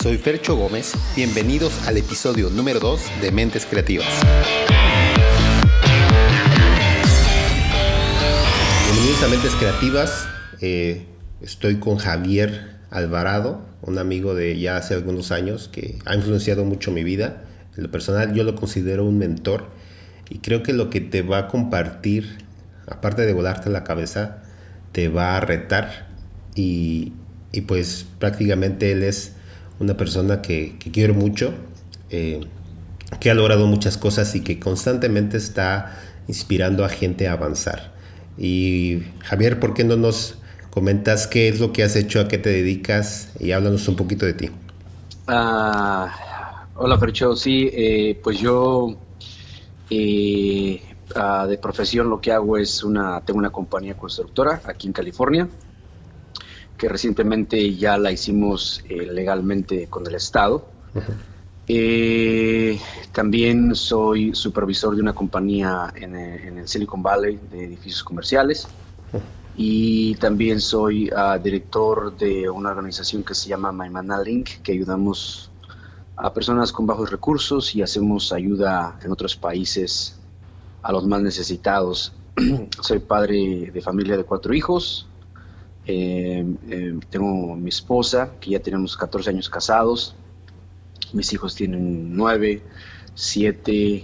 soy Fercho Gómez, bienvenidos al episodio número 2 de Mentes Creativas. Bienvenidos a Mentes Creativas, estoy con Javier Alvarado, un amigo de ya hace algunos años que ha influenciado mucho mi vida. En lo personal yo lo considero un mentor y creo que lo que te va a compartir, aparte de volarte la cabeza, te va a retar y pues prácticamente él es una persona que quiero mucho, que ha logrado muchas cosas y que constantemente está inspirando a gente a avanzar. Y Javier, ¿por qué no nos comentas qué es lo que has hecho, a qué te dedicas y háblanos un poquito de ti? Hola Fercho, sí, pues yo de profesión lo que hago es tengo una compañía constructora aquí en California, que recientemente ya la hicimos legalmente con el Estado. Uh-huh. También soy supervisor de una compañía en el Silicon Valley de edificios comerciales. Uh-huh. Y también soy director de una organización que se llama Maimana Link, que ayudamos a personas con bajos recursos y hacemos ayuda en otros países a los más necesitados. Soy padre de familia de 4 hijos. Tengo mi esposa, que ya tenemos 14 años casados. Mis hijos tienen 9, 7,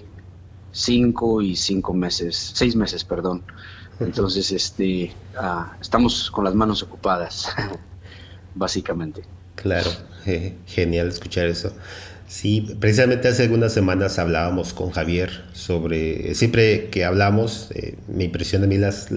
5 y 6 meses, perdón. Entonces, estamos con las manos ocupadas, básicamente. Claro, genial escuchar eso. Sí, precisamente hace algunas semanas hablábamos con Javier sobre, siempre que hablamos, me impresiona a mí las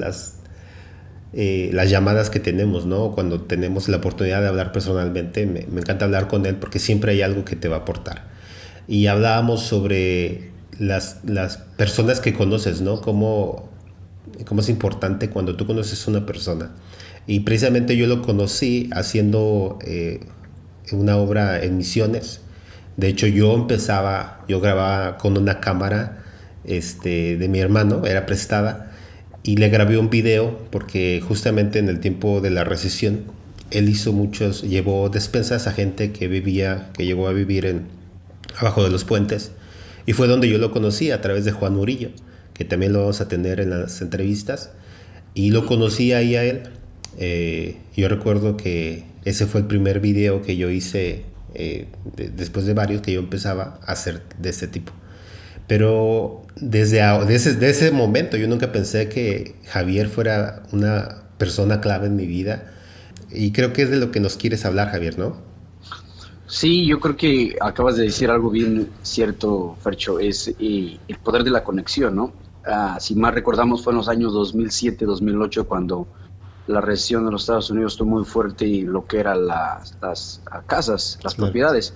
llamadas que tenemos, ¿no? Cuando tenemos la oportunidad de hablar personalmente, me encanta hablar con él porque siempre hay algo que te va a aportar. Y hablábamos sobre las personas que conoces, ¿no? Cómo es importante cuando tú conoces a una persona. Y precisamente yo lo conocí haciendo una obra en Misiones. De hecho, yo grababa con una cámara de mi hermano, era prestada. Y le grabé un video porque justamente en el tiempo de la recesión él llevó despensas a gente que llegó a vivir abajo de los puentes, y fue donde yo lo conocí a través de Juan Murillo, que también lo vamos a tener en las entrevistas, y lo conocí ahí a él. Yo recuerdo que ese fue el primer video que yo hice después de varios que yo empezaba a hacer de este tipo. Pero desde ese momento yo nunca pensé que Javier fuera una persona clave en mi vida. Y creo que es de lo que nos quieres hablar, Javier, ¿no? Sí, yo creo que acabas de decir algo bien cierto, Fercho, es el poder de la conexión, ¿no? Si más recordamos, fue en los años 2007, 2008 cuando la recesión de los Estados Unidos estuvo muy fuerte y lo que eran las casas, las propiedades.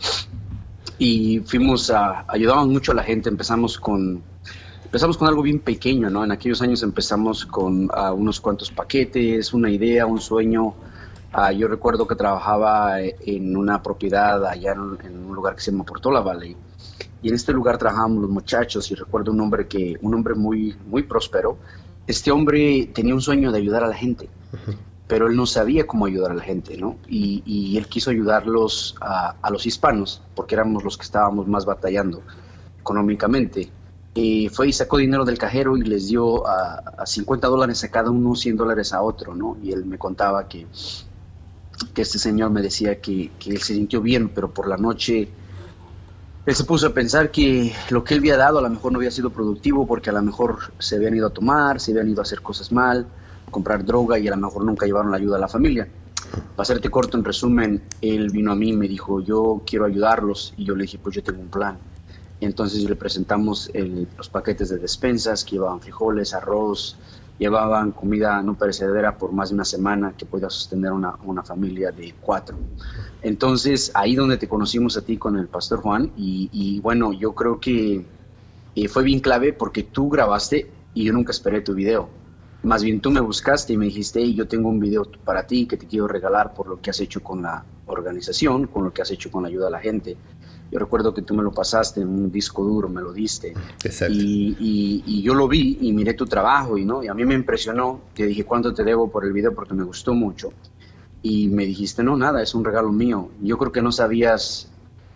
Y ayudaban mucho a la gente. Empezamos con algo bien pequeño, ¿no? En aquellos años empezamos con unos cuantos paquetes, una idea, un sueño. Yo recuerdo que trabajaba en una propiedad allá en un lugar que se llama Portola Valley. Y en este lugar trabajábamos los muchachos, y recuerdo un hombre muy, muy próspero. Este hombre tenía un sueño de ayudar a la gente. Uh-huh. Pero él no sabía cómo ayudar a la gente, ¿no? Y él quiso ayudarlos a los hispanos, porque éramos los que estábamos más batallando económicamente. Y fue y sacó dinero del cajero y les dio a $50 a cada uno, $100 a otro, ¿no? Y él me contaba que este señor me decía que él se sintió bien, pero por la noche él se puso a pensar que lo que él había dado a lo mejor no había sido productivo, porque a lo mejor se habían ido a tomar, se habían ido a hacer cosas mal, comprar droga, y a lo mejor nunca llevaron la ayuda a la familia. Para hacerte corto, en resumen, él vino a mí y me dijo, yo quiero ayudarlos, y yo le dije, pues yo tengo un plan. Y entonces le presentamos los paquetes de despensas que llevaban frijoles, arroz, llevaban comida no perecedera por más de una semana que podía sostener una familia de 4. Entonces ahí donde te conocimos a ti con el pastor Juan, y bueno, yo creo que fue bien clave porque tú grabaste y yo nunca esperé tu video. Más bien tú me buscaste y me dijiste, hey, yo tengo un video para ti que te quiero regalar por lo que has hecho con la organización, con lo que has hecho con la ayuda a la gente. Yo recuerdo que tú me lo pasaste en un disco duro, me lo diste. Exacto. Y yo lo vi y miré tu trabajo y a mí me impresionó. Te dije, ¿cuánto te debo por el video? Porque me gustó mucho. Y me dijiste, no, nada, es un regalo mío. Yo creo que no sabías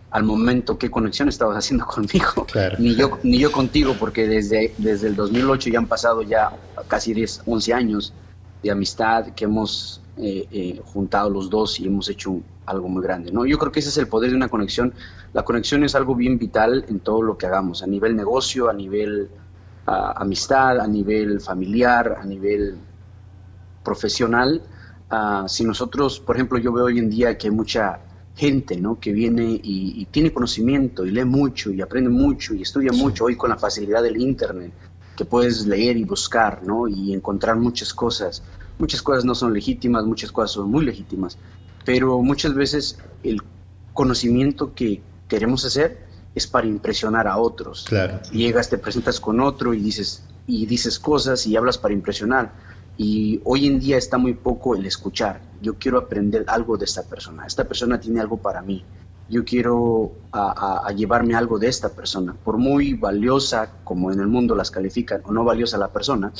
al momento qué conexión estabas haciendo conmigo, Claro. ni yo contigo, porque desde el 2008 ya han pasado ya casi 10, 11 años de amistad que hemos juntado los dos y hemos hecho algo muy grande, ¿no? Yo creo que ese es el poder de una conexión. La conexión es algo bien vital en todo lo que hagamos, a nivel negocio, a nivel amistad, a nivel familiar, a nivel profesional. Si nosotros, por ejemplo, yo veo hoy en día que hay mucha gente, ¿no?, que viene y tiene conocimiento y lee mucho y aprende mucho y estudia mucho hoy con la facilidad del internet, que puedes leer y buscar, ¿no?, y encontrar muchas cosas. Muchas cosas no son legítimas, muchas cosas son muy legítimas, pero muchas veces el conocimiento que queremos hacer es para impresionar a otros. Claro. Llegas, te presentas con otro y dices cosas y hablas para impresionar. Y hoy en día está muy poco el escuchar. Yo quiero aprender algo de esta persona. Esta persona tiene algo para mí. Yo quiero a llevarme algo de esta persona. Por muy valiosa como en el mundo las califican o no valiosa la persona,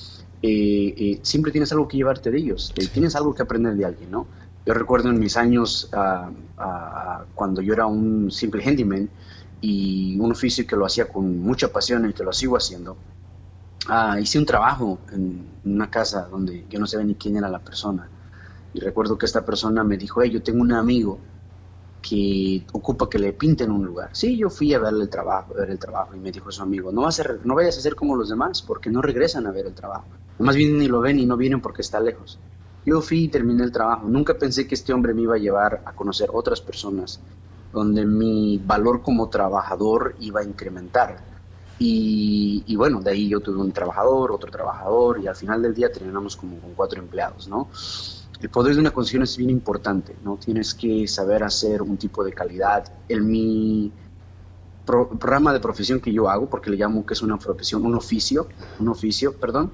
siempre tienes algo que llevarte de ellos. Tienes algo que aprender de alguien, ¿no? Yo recuerdo en mis años cuando yo era un simple handyman y un oficio que lo hacía con mucha pasión y que lo sigo haciendo. Hice un trabajo en una casa donde yo no sabía ni quién era la persona. Y recuerdo que esta persona me dijo: hey, yo tengo un amigo que ocupa que le pinten un lugar. Sí, yo fui a ver el trabajo, y me dijo su amigo: no vayas a ser como los demás, porque no regresan a ver el trabajo. Nomás vienen y lo ven y no vienen porque está lejos. Yo fui y terminé el trabajo. Nunca pensé que este hombre me iba a llevar a conocer otras personas, donde mi valor como trabajador iba a incrementar. Y bueno, de ahí yo tuve un trabajador, otro trabajador, y al final del día terminamos como con 4 empleados, ¿no? El poder de una conexión es bien importante, ¿no? Tienes que saber hacer un tipo de calidad. En mi programa de profesión que yo hago, porque le llamo que es una profesión, un oficio, perdón,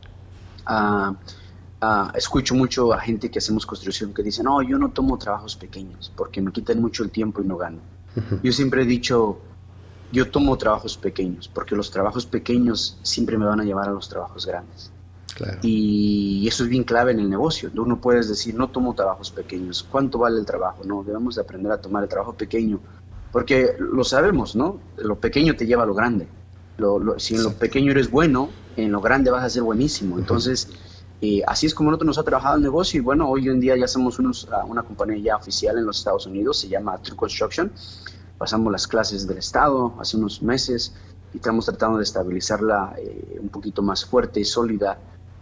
escucho mucho a gente que hacemos construcción que dice: no, yo no tomo trabajos pequeños porque me quitan mucho el tiempo y no gano. Yo siempre he dicho: yo tomo trabajos pequeños porque los trabajos pequeños siempre me van a llevar a los trabajos grandes. Claro. Y eso es bien clave en el negocio. Tú no puedes decir: no tomo trabajos pequeños. ¿Cuánto vale el trabajo? No, debemos de aprender a tomar el trabajo pequeño, porque lo sabemos, ¿no? Lo pequeño te lleva a lo grande. Si en lo pequeño eres bueno, en lo grande vas a ser buenísimo. Entonces, así es como nosotros nos ha trabajado el negocio. Y bueno, hoy en día ya somos una compañía ya oficial en los Estados Unidos, se llama True Construction. Pasamos las clases del Estado hace unos meses y estamos tratando de estabilizarla un poquito más fuerte y sólida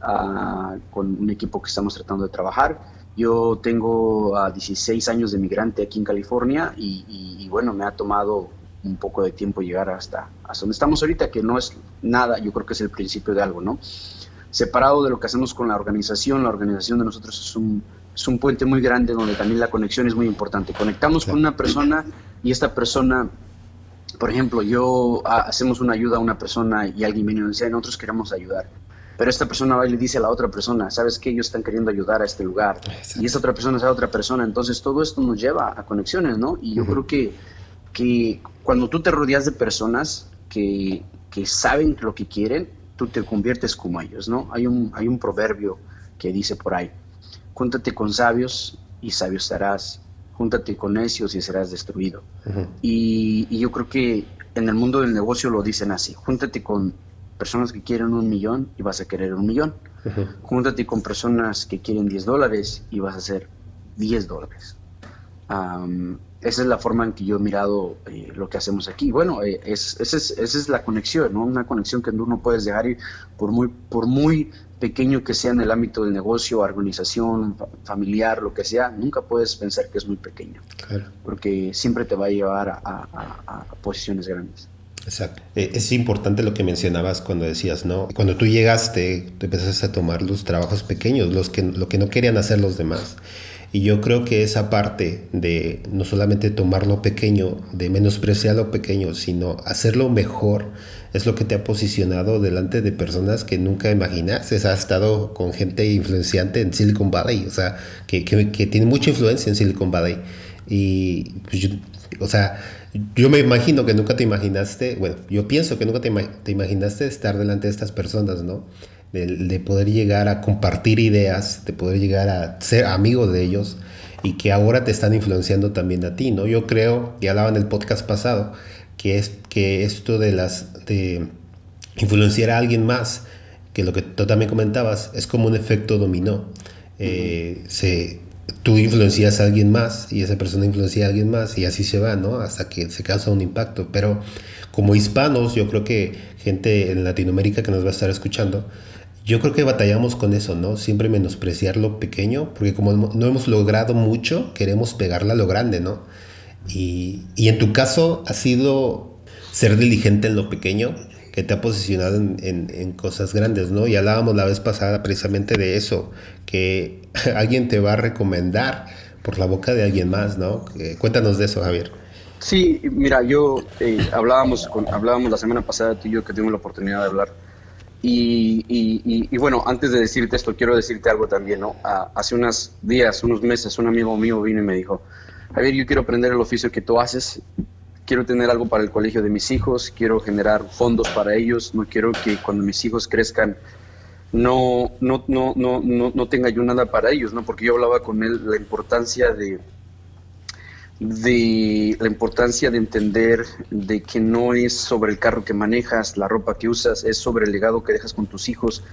con un equipo que estamos tratando de trabajar. Yo tengo 16 años de migrante aquí en California y bueno, me ha tomado un poco de tiempo llegar hasta donde estamos ahorita, que no es nada, yo creo que es el principio de algo, ¿no? Separado de lo que hacemos con la organización de nosotros es un puente muy grande donde también la conexión es muy importante. Conectamos con una persona y esta persona, por ejemplo, hacemos una ayuda a una persona y alguien viene y nos dice: nosotros queremos ayudar. Pero esta persona va y le dice a la otra persona: ¿sabes qué? Ellos están queriendo ayudar a este lugar. Exacto. Y esa otra persona es a otra persona. Entonces todo esto nos lleva a conexiones, ¿no? Y yo creo que cuando tú te rodeas de personas que saben lo que quieren, tú te conviertes como ellos, ¿no? Hay un proverbio que dice por ahí: júntate con sabios y sabios serás, júntate con necios y serás destruido. Y yo creo que en el mundo del negocio lo dicen así: júntate con personas que quieren $1 millón y vas a querer $1 millón. Júntate con personas que quieren $10 y vas a hacer $10. Esa es la forma en que yo he mirado lo que hacemos aquí. Bueno, esa es la conexión, ¿no? Una conexión que tú no puedes dejar ir por muy pequeño que sea en el ámbito del negocio, organización, familiar, lo que sea. Nunca puedes pensar que es muy pequeño. Claro. Porque siempre te va a llevar a posiciones grandes. Exacto. Es importante lo que mencionabas cuando decías, ¿no? Cuando tú llegaste, tú empezaste a tomar los trabajos pequeños, lo que no querían hacer los demás. Y yo creo que esa parte de no solamente tomar lo pequeño, de menospreciar lo pequeño, sino hacerlo mejor, es lo que te ha posicionado delante de personas que nunca imaginaste. Has estado con gente influenciante en Silicon Valley, o sea, que tiene mucha influencia en Silicon Valley. Y pues yo me imagino que nunca te imaginaste, bueno, yo pienso que nunca te imaginaste estar delante de estas personas, ¿no? De poder llegar a compartir ideas, de poder llegar a ser amigo de ellos y que ahora te están influenciando también a ti, ¿no? Yo creo, y hablaba en el podcast pasado, que esto de influenciar a alguien más, que lo que tú también comentabas, es como un efecto dominó. Tú influencias a alguien más y esa persona influencia a alguien más y así se va, ¿no? Hasta que se causa un impacto. Pero como hispanos, yo creo que gente en Latinoamérica que nos va a estar escuchando, yo creo que batallamos con eso, ¿no? Siempre menospreciar lo pequeño, porque como no hemos logrado mucho, queremos pegarla a lo grande, ¿no? Y en tu caso ha sido ser diligente en lo pequeño que te ha posicionado en cosas grandes, ¿no? Y hablábamos la vez pasada precisamente de eso, que alguien te va a recomendar por la boca de alguien más, ¿no? Cuéntanos de eso, Javier. Sí, mira, hablábamos la semana pasada tú y yo que tuvimos la oportunidad de hablar. Y bueno, antes de decirte esto, quiero decirte algo también, ¿no? Hace unos días, unos meses, un amigo mío vino y me dijo, Javier, yo quiero aprender el oficio que tú haces, quiero tener algo para el colegio de mis hijos, quiero generar fondos para ellos, no quiero que cuando mis hijos crezcan no tenga yo nada para ellos, ¿no? Porque yo hablaba con él la importancia de entender de que no es sobre el carro que manejas, la ropa que usas, es sobre el legado que dejas con tus hijos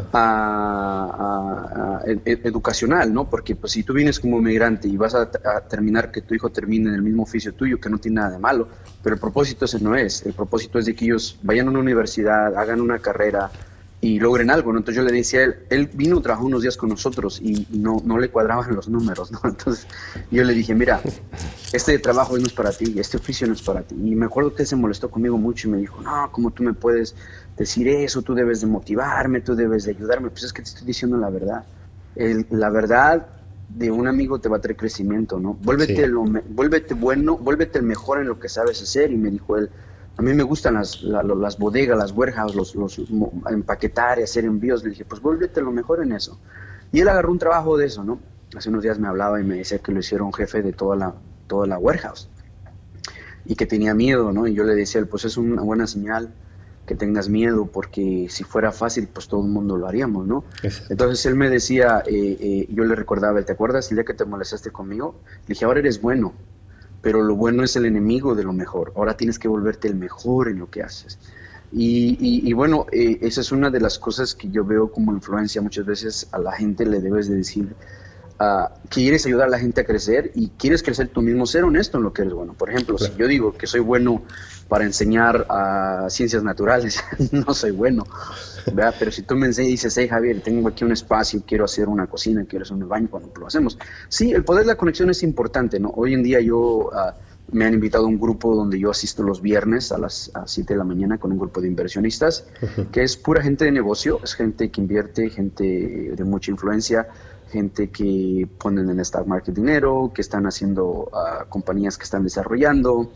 educacional, ¿no? Porque pues si tú vienes como migrante y vas a terminar que tu hijo termine en el mismo oficio tuyo, que no tiene nada de malo, pero el propósito ese no es, el propósito es de que ellos vayan a una universidad, hagan una carrera y logren algo, ¿no? Entonces yo le decía a él vino, trabajó unos días con nosotros y no le cuadraban los números, ¿no? Entonces yo le dije, mira, este trabajo no es para ti, este oficio no es para ti. Y me acuerdo que él se molestó conmigo mucho y me dijo, no, ¿cómo tú me puedes decir eso? Tú debes de motivarme, tú debes de ayudarme. Pues es que te estoy diciendo la verdad. La verdad de un amigo te va a traer crecimiento, ¿no? Vuélvete bueno, vuélvete el mejor en lo que sabes hacer. Y me dijo él, a mí me gustan las bodegas, las warehouses, los empaquetar y hacer envíos. Le dije, pues vuélvete lo mejor en eso. Y él agarró un trabajo de eso, ¿no? Hace unos días me hablaba y me decía que lo hicieron jefe de toda la warehouse y que tenía miedo, ¿no? Y yo le decía, pues es una buena señal que tengas miedo, porque si fuera fácil, pues todo el mundo lo haríamos, ¿no? Exacto. Entonces él me decía, yo le recordaba, ¿te acuerdas el día que te molestaste conmigo? Le dije, ahora eres bueno, pero lo bueno es el enemigo de lo mejor. Ahora tienes que volverte el mejor en lo que haces. Y bueno, esa es una de las cosas que yo veo como influencia. Muchas veces a la gente le debes de decir, quieres ayudar a la gente a crecer y quieres crecer tú mismo, ser honesto en lo que eres bueno. Por ejemplo, claro, si yo digo que soy bueno para enseñar ciencias naturales, no soy bueno, ¿verdad? Pero si tú me enseñas y dices, hey Javier, tengo aquí un espacio, quiero hacer una cocina, quiero hacer un baño, cuando lo hacemos. Sí, el poder de la conexión es importante, ¿no? Hoy en día me han invitado a un grupo donde yo asisto los viernes a las 7 de la mañana con un grupo de inversionistas, que es pura gente de negocio, es gente que invierte, gente de mucha influencia, gente que ponen en el stock market dinero, que están haciendo compañías que están desarrollando.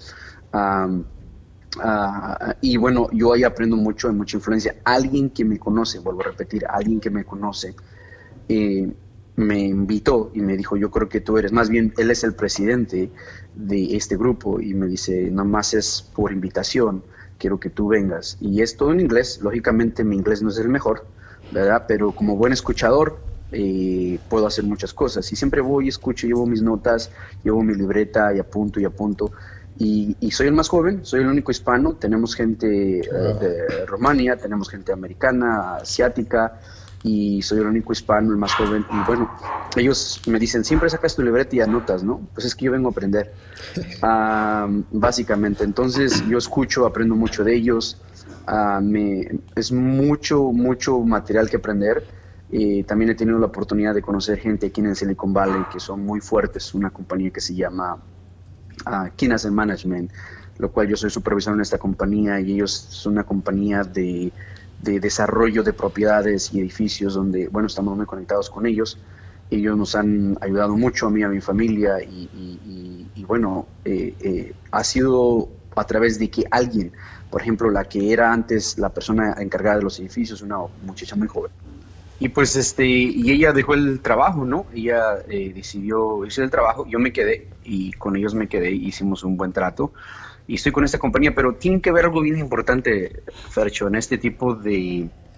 Y bueno, yo ahí aprendo mucho, hay mucha influencia. Alguien que me conoce, vuelvo a repetir, alguien que me conoce, me invitó y me dijo, yo creo que tú eres, más bien, él es el presidente de este grupo y me dice, nada más es por invitación, quiero que tú vengas. Y es todo en inglés, lógicamente mi inglés no es el mejor, ¿verdad? Pero como buen escuchador, puedo hacer muchas cosas y siempre voy y escucho, llevo mis notas, llevo mi libreta y apunto y soy el más joven, soy el único hispano, tenemos gente de Rumania, tenemos gente americana, asiática y soy el único hispano, el más joven. Y bueno, ellos me dicen, siempre sacas tu libreta y anotas, ¿no? Pues es que yo vengo a aprender, básicamente. Entonces yo escucho, aprendo mucho de ellos, es mucho material que aprender. También he tenido la oportunidad de conocer gente aquí en el Silicon Valley que son muy fuertes, una compañía que se llama Kinas Management, lo cual yo soy supervisor en esta compañía y ellos son una compañía de desarrollo de propiedades y edificios donde, bueno, estamos muy conectados con ellos. Ellos nos han ayudado mucho a mí, a mi familia y bueno, ha sido a través de que alguien, por ejemplo, la que era antes la persona encargada de los edificios, una muchacha muy joven, y pues y ella dejó el trabajo, ¿no? Ella decidió irse del trabajo, yo me quedé y con ellos me quedé, hicimos un buen trato y estoy con esta compañía, pero tienen que ver algo bien importante, Fercho, en este tipo de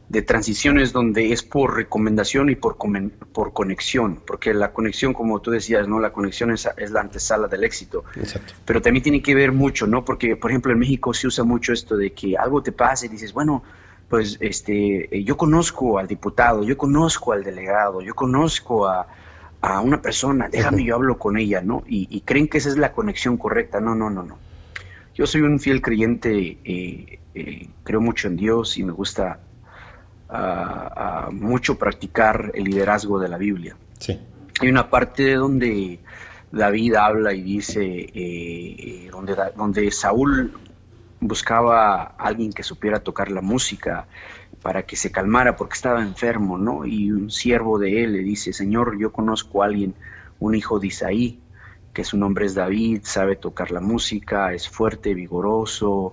de transiciones donde es por recomendación y por conexión, porque la conexión, como tú decías, ¿no? La conexión es la antesala del éxito. Exacto. Pero también tiene que ver mucho, ¿no? Porque, por ejemplo, en México se usa mucho esto de que algo te pasa y dices, bueno, pues yo conozco al diputado, yo conozco al delegado, yo conozco a una persona, déjame yo hablo con ella, ¿no? Y creen que esa es la conexión correcta. No, no, no, no. Yo soy un fiel creyente, creo mucho en Dios y me gusta mucho practicar el liderazgo de la Biblia. Sí. Hay una parte donde David habla y dice, donde Saúl buscaba a alguien que supiera tocar la música para que se calmara porque estaba enfermo, ¿no? Y un siervo de él le dice, Señor, yo conozco a alguien, un hijo de Isaí, que su nombre es David, sabe tocar la música, es fuerte, vigoroso,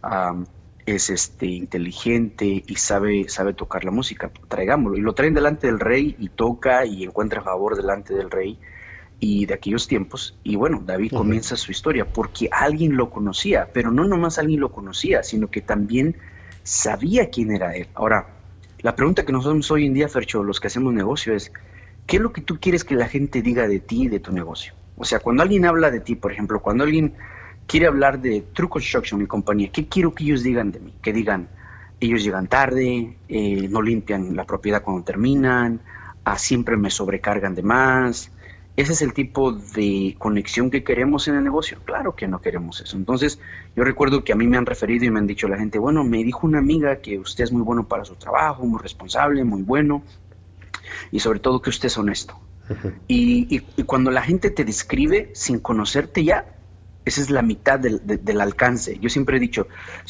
es inteligente y sabe tocar la música, traigámoslo. Y lo traen delante del rey y toca y encuentra favor delante del rey y de aquellos tiempos. Y bueno, David comienza su historia porque alguien lo conocía, pero no nomás alguien lo conocía, sino que también sabía quién era él. Ahora, la pregunta que nos hacemos hoy en día, Fercho, los que hacemos negocio es, ¿qué es lo que tú quieres que la gente diga de ti y de tu negocio? O sea, cuando alguien habla de ti, por ejemplo, cuando alguien quiere hablar de True Construction, mi compañía, ¿qué quiero que ellos digan de mí? Que digan, ellos llegan tarde, no limpian la propiedad cuando terminan, siempre me sobrecargan de más. ¿Ese es el tipo de conexión que queremos en el negocio? Claro que no queremos eso. Entonces, yo recuerdo que a mí me han referido y me han dicho la gente, bueno, me dijo una amiga que usted es muy bueno para su trabajo, muy responsable, muy bueno, y sobre todo que usted es honesto. Y cuando la gente te describe sin conocerte ya, esa es la mitad del alcance. Yo siempre he dicho,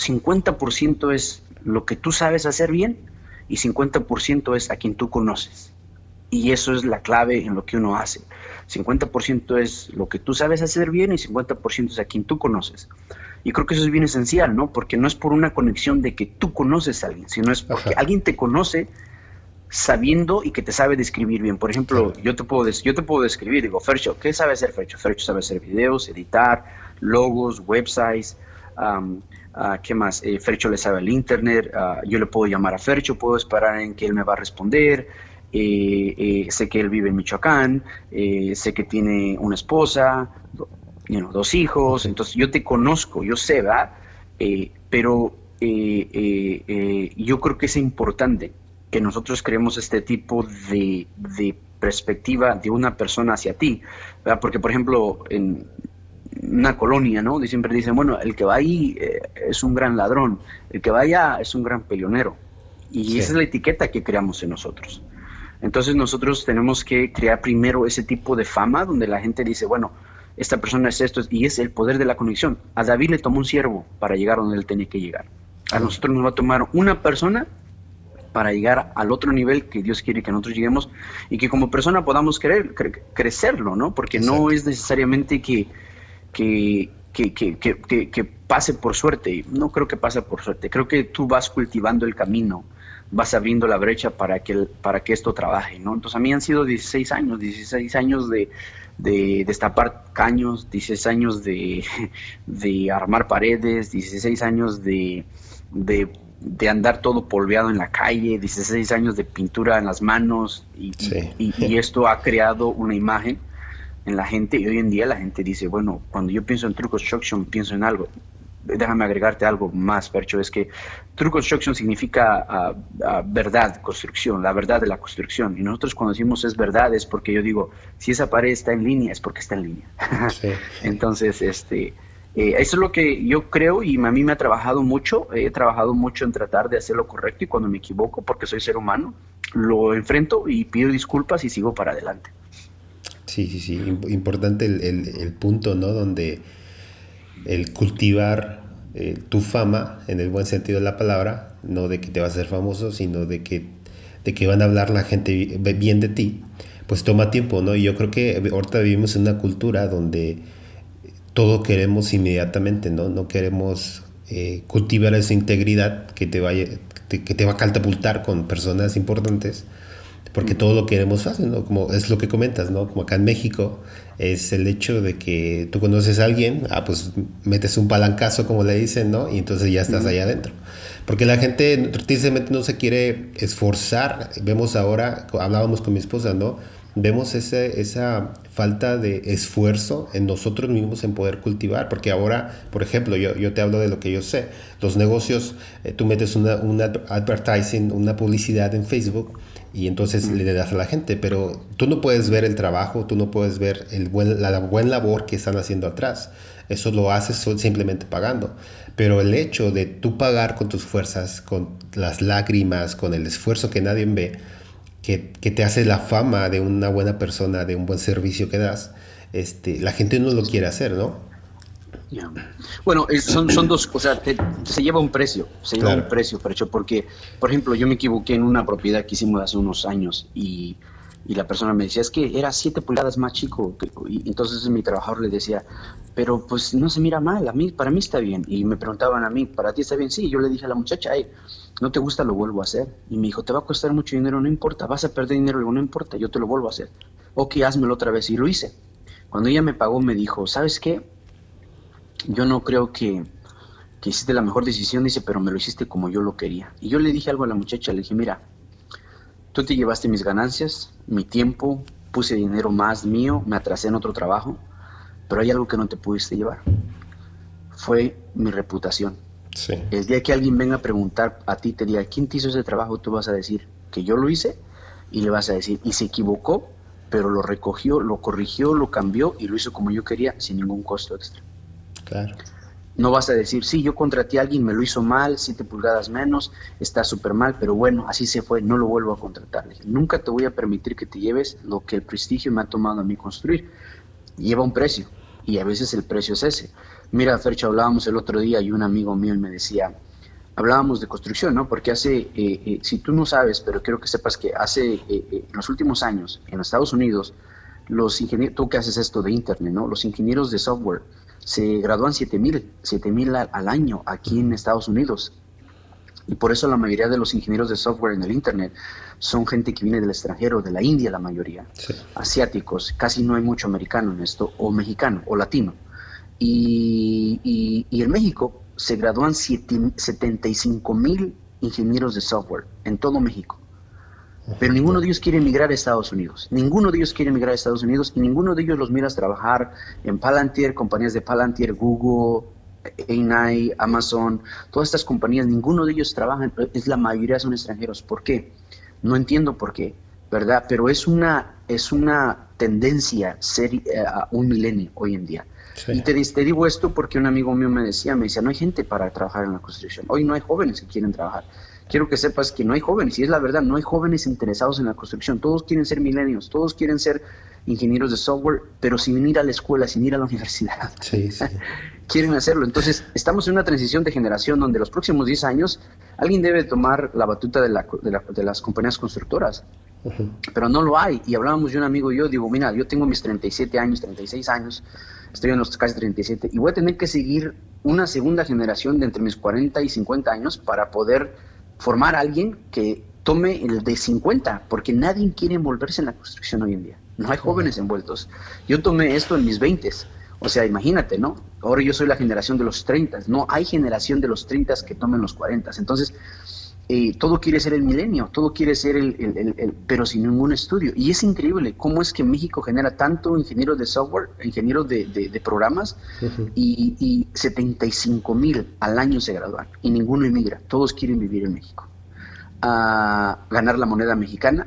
50% es lo que tú sabes hacer bien y 50% es a quien tú conoces. Y eso es la clave en lo que uno hace. 50% es lo que tú sabes hacer bien y 50% es a quien tú conoces. Y creo que eso es bien esencial, ¿no? Porque no es por una conexión de que tú conoces a alguien, sino es porque alguien te conoce sabiendo y que te sabe describir bien. Por ejemplo, yo te puedo describir, digo, Fercho, ¿qué sabe hacer Fercho? Fercho sabe hacer videos, editar, logos, websites, ¿qué más? Fercho le sabe el internet, yo le puedo llamar a Fercho, puedo esperar en que él me va a responder, sé que él vive en Michoacán, sé que tiene una esposa, 2 hijos, entonces yo te conozco, yo sé, ¿verdad? Pero yo creo que es importante que nosotros creemos este tipo de perspectiva de una persona hacia ti, ¿verdad? Porque, por ejemplo, en una colonia, ¿no? Siempre dicen, bueno, el que va ahí es un gran ladrón, el que va allá es un gran peleonero. Y esa es la etiqueta que creamos en nosotros. Entonces nosotros tenemos que crear primero ese tipo de fama donde la gente dice, bueno, esta persona es esto, y es el poder de la conexión. A David le tomó un siervo para llegar donde él tenía que llegar. A nosotros nos va a tomar una persona para llegar al otro nivel que Dios quiere que nosotros lleguemos y que como persona podamos crecerlo, ¿no? Porque no es necesariamente que pase por suerte. No creo que pase por suerte. Creo que tú vas cultivando el camino, vas abriendo la brecha para que esto trabaje, ¿no? Entonces a mí han sido 16 años de destapar caños, 16 años de armar paredes, 16 años de andar todo polveado en la calle, 16 años de pintura en las manos y esto ha creado una imagen en la gente y hoy en día la gente dice, bueno, cuando yo pienso en True Construction pienso en algo. Déjame agregarte algo más, Percho, es que True Construction significa verdad, construcción, la verdad de la construcción. Y nosotros cuando decimos es verdad es porque yo digo, si esa pared está en línea es porque está en línea. Sí. Entonces, eso es lo que yo creo y a mí me ha trabajado mucho. He trabajado mucho en tratar de hacer lo correcto y cuando me equivoco, porque soy ser humano, lo enfrento y pido disculpas y sigo para adelante. Sí. Importante el punto, ¿no? Donde el cultivar tu fama, en el buen sentido de la palabra, no de que te vas a hacer famoso, sino de que van a hablar la gente bien de ti, pues toma tiempo, ¿no? Y yo creo que ahorita vivimos en una cultura donde todo queremos inmediatamente, ¿no? No queremos cultivar esa integridad que te va a catapultar con personas importantes, porque todo lo queremos fácil, ¿no? Como es lo que comentas, ¿no? Como acá en México es el hecho de que tú conoces a alguien, pues metes un palancazo, como le dicen, ¿no? Y entonces ya estás allá adentro. Porque la gente tristemente no se quiere esforzar. Vemos ahora, hablábamos con mi esposa, ¿no? Vemos esa falta de esfuerzo en nosotros mismos en poder cultivar, porque ahora, por ejemplo, yo te hablo de lo que yo sé. Los negocios, tú metes una advertising, una publicidad en Facebook y entonces le das a la gente, pero tú no puedes ver el trabajo, tú no puedes ver la buena labor que están haciendo atrás. Eso lo haces simplemente pagando. Pero el hecho de tú pagar con tus fuerzas, con las lágrimas, con el esfuerzo que nadie ve, que te hace la fama de una buena persona, de un buen servicio que das, la gente no lo quiere hacer, ¿no? Yeah. Bueno, son dos, o sea, se lleva un precio, Fercho, porque, por ejemplo, yo me equivoqué en una propiedad que hicimos hace unos años y la persona me decía, es que era 7 pulgadas más chico, y entonces mi trabajador le decía, pero pues no se mira mal, para mí está bien, y me preguntaban a mí, ¿para ti está bien? Sí, yo le dije a la muchacha, no te gusta, lo vuelvo a hacer, y me dijo, te va a costar mucho dinero, no importa, vas a perder dinero, no importa, yo te lo vuelvo a hacer, ok, házmelo otra vez, y lo hice. Cuando ella me pagó me dijo, ¿sabes qué? Yo no creo que hiciste la mejor decisión, dice, pero me lo hiciste como yo lo quería. Y yo le dije algo a la muchacha, le dije, mira, tú te llevaste mis ganancias, mi tiempo, puse dinero más mío, me atrasé en otro trabajo, pero hay algo que no te pudiste llevar. Fue mi reputación. Sí. El día que alguien venga a preguntar a ti, te diga, ¿quién te hizo ese trabajo? Tú vas a decir que yo lo hice y le vas a decir, y se equivocó, pero lo recogió, lo corrigió, lo cambió y lo hizo como yo quería, sin ningún costo extra. Claro. No vas a decir, sí, yo contraté a alguien, me lo hizo mal, 7 pulgadas menos, está súper mal, pero bueno, así se fue, no lo vuelvo a contratar. Nunca te voy a permitir que te lleves lo que el prestigio me ha tomado a mí construir. Lleva un precio, y a veces el precio es ese. Mira, Fercho, hablábamos el otro día y un amigo mío me decía, hablábamos de construcción, ¿no? Porque si tú no sabes, pero quiero que sepas que en los últimos años, en Estados Unidos, los ingenieros, tú que haces esto de internet, ¿no? Los ingenieros de software se gradúan 7,000 al año aquí en Estados Unidos. Y por eso la mayoría de los ingenieros de software en el internet son gente que viene del extranjero, de la India la mayoría, sí. Asiáticos, casi no hay mucho americano en esto, o mexicano, o latino. Y en México se gradúan 75,000 ingenieros de software en todo México. Pero ninguno de ellos quiere emigrar a Estados Unidos. Ninguno de ellos quiere emigrar a Estados Unidos y ninguno de ellos los miras trabajar en Palantir, compañías de Palantir, Google, AI, Amazon, todas estas compañías, ninguno de ellos trabajan, la mayoría son extranjeros. ¿Por qué? No entiendo por qué, ¿verdad? Pero es una tendencia ser un milenio hoy en día. Sí. Y te digo esto porque un amigo mío me decía, no hay gente para trabajar en la construcción. Hoy no hay jóvenes que quieren trabajar. Quiero que sepas que no hay jóvenes, y es la verdad, no hay jóvenes interesados en la construcción. Todos quieren ser milenios, todos quieren ser ingenieros de software, pero sin ir a la escuela, sin ir a la universidad. Sí, sí. Quieren hacerlo. Entonces, estamos en una transición de generación donde los próximos 10 años alguien debe tomar la batuta de las compañías constructoras. Uh-huh. Pero no lo hay. Y hablábamos de un amigo y yo, digo, mira, yo tengo mis 37 años, 36 años, estoy en los casi 37, y voy a tener que seguir una segunda generación de entre mis 40 y 50 años para poder formar a alguien que tome el de 50, porque nadie quiere envolverse en la construcción hoy en día. No hay jóvenes envueltos. Yo tomé esto en mis 20s. O sea, imagínate, ¿no? Ahora yo soy la generación de los 30. No hay generación de los 30 que tomen los 40. Entonces, todo quiere ser el milenio, todo quiere ser pero sin ningún estudio. Y es increíble cómo es que México genera tanto ingenieros de software, ingenieros de programas, uh-huh. y 75,000 al año se gradúan y ninguno emigra. Todos quieren vivir en México, ganar la moneda mexicana,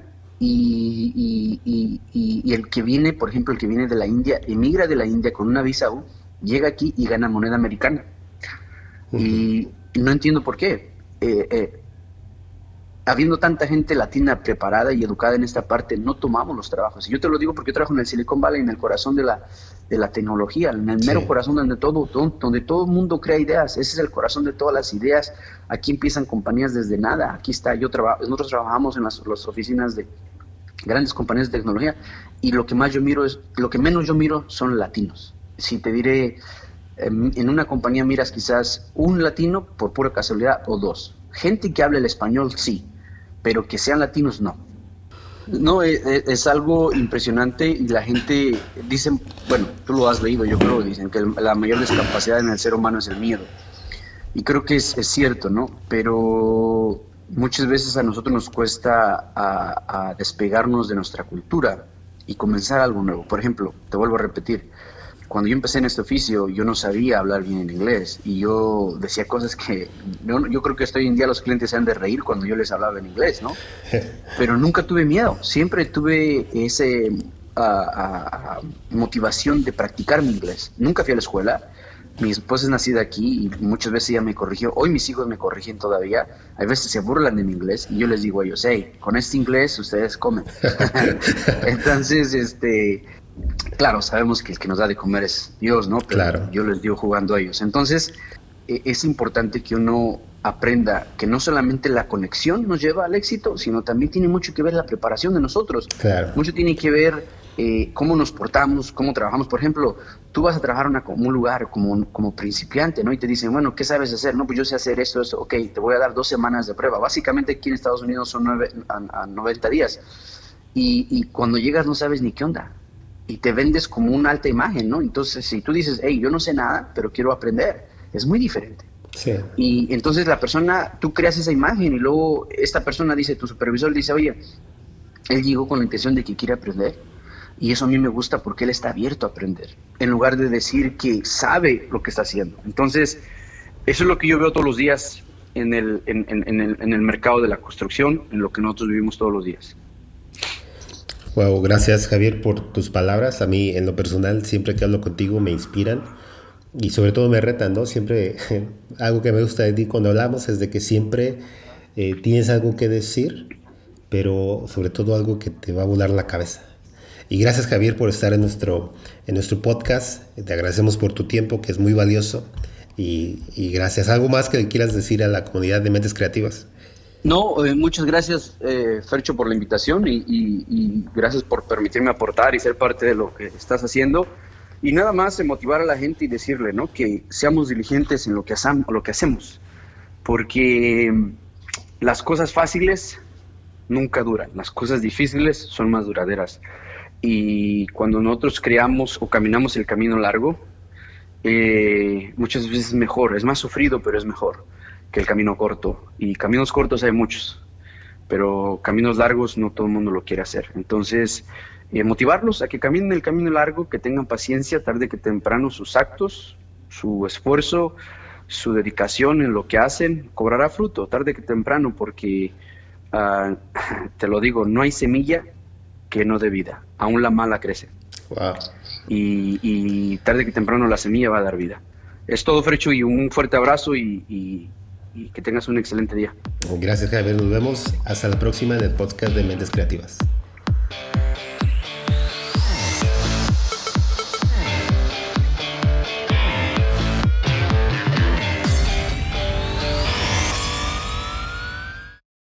y el que viene, por ejemplo, el que viene de la India, emigra de la India con una visa U, llega aquí y gana moneda americana. Uh-huh. Y no entiendo por qué. Habiendo tanta gente latina preparada y educada en esta parte, no tomamos los trabajos. Y yo te lo digo porque yo trabajo en el Silicon Valley, en el corazón de la tecnología, en el mero corazón donde todo el mundo crea ideas. Ese es el corazón de todas las ideas. Aquí empiezan compañías desde nada. Aquí está, nosotros trabajamos en las oficinas de grandes compañías de tecnología, y lo que menos yo miro son latinos. Si te diré, en una compañía miras quizás un latino por pura casualidad o dos. Gente que hable el español, sí, pero que sean latinos, no. No, es algo impresionante, y la gente dicen, bueno, tú lo has leído, yo creo, dicen que la mayor discapacidad en el ser humano es el miedo. Y creo que es cierto, ¿no? Pero muchas veces a nosotros nos cuesta a despegarnos de nuestra cultura y comenzar algo nuevo. Por ejemplo, te vuelvo a repetir, cuando yo empecé en este oficio, yo no sabía hablar bien en inglés y yo decía cosas que yo creo que hasta hoy en día los clientes se han de reír cuando yo les hablaba en inglés, ¿no? Pero nunca tuve miedo, siempre tuve ese motivación de practicar mi inglés. Nunca fui a la escuela. Mi esposa es nacida aquí y muchas veces ella me corrigió. Hoy mis hijos me corrigen todavía. A veces se burlan de mi inglés y yo les digo a ellos, hey, con este inglés ustedes comen. Entonces, claro, sabemos que el que nos da de comer es Dios, ¿no? Pero Claro. yo les digo jugando a ellos. Entonces, es importante que uno aprenda que no solamente la conexión nos lleva al éxito, sino también tiene mucho que ver la preparación de nosotros. Claro. Mucho tiene que ver cómo nos portamos, cómo trabajamos. Por ejemplo, tú vas a trabajar en un lugar como principiante, ¿no? Y te dicen, bueno, ¿qué sabes hacer? No, pues yo sé hacer esto. Ok, te voy a dar 2 semanas de prueba. Básicamente aquí en Estados Unidos son 90 días. Y cuando llegas no sabes ni qué onda. Y te vendes como una alta imagen, ¿no? Entonces, si tú dices, hey, yo no sé nada, pero quiero aprender, es muy diferente. Sí. Y entonces la persona, tú creas esa imagen y luego esta persona dice, tu supervisor dice, oye, él llegó con la intención de que quiere aprender. Y eso a mí me gusta porque él está abierto a aprender, en lugar de decir que sabe lo que está haciendo. Entonces, eso es lo que yo veo todos los días en el mercado de la construcción, en lo que nosotros vivimos todos los días. Wow, gracias Javier por tus palabras. A mí en lo personal siempre que hablo contigo me inspiran y sobre todo me retan, ¿no? Siempre algo que me gusta de ti cuando hablamos es de que siempre tienes algo que decir, pero sobre todo algo que te va a volar la cabeza. Y gracias Javier por estar en nuestro podcast. Te agradecemos por tu tiempo que es muy valioso y gracias. ¿Algo más que quieras decir a la comunidad de Mentes Creativas? No, muchas gracias, Fercho, por la invitación y gracias por permitirme aportar y ser parte de lo que estás haciendo. Y nada más motivar a la gente y decirle, ¿no? Que seamos diligentes en lo que hacemos, porque las cosas fáciles nunca duran, las cosas difíciles son más duraderas. Y cuando nosotros creamos o caminamos el camino largo, muchas veces es mejor, es más sufrido, pero es mejor que el camino corto. Y caminos cortos hay muchos, pero caminos largos no todo el mundo lo quiere hacer. Entonces, motivarlos a que caminen el camino largo, que tengan paciencia, tarde que temprano sus actos, su esfuerzo, su dedicación en lo que hacen, cobrará fruto, tarde que temprano, porque, te lo digo, no hay semilla que no dé vida, aún la mala crece. Wow. Y tarde que temprano la semilla va a dar vida. Es todo, Frecho, y un fuerte abrazo y que tengas un excelente día. Gracias Javier, nos vemos hasta la próxima en el podcast de Mentes Creativas.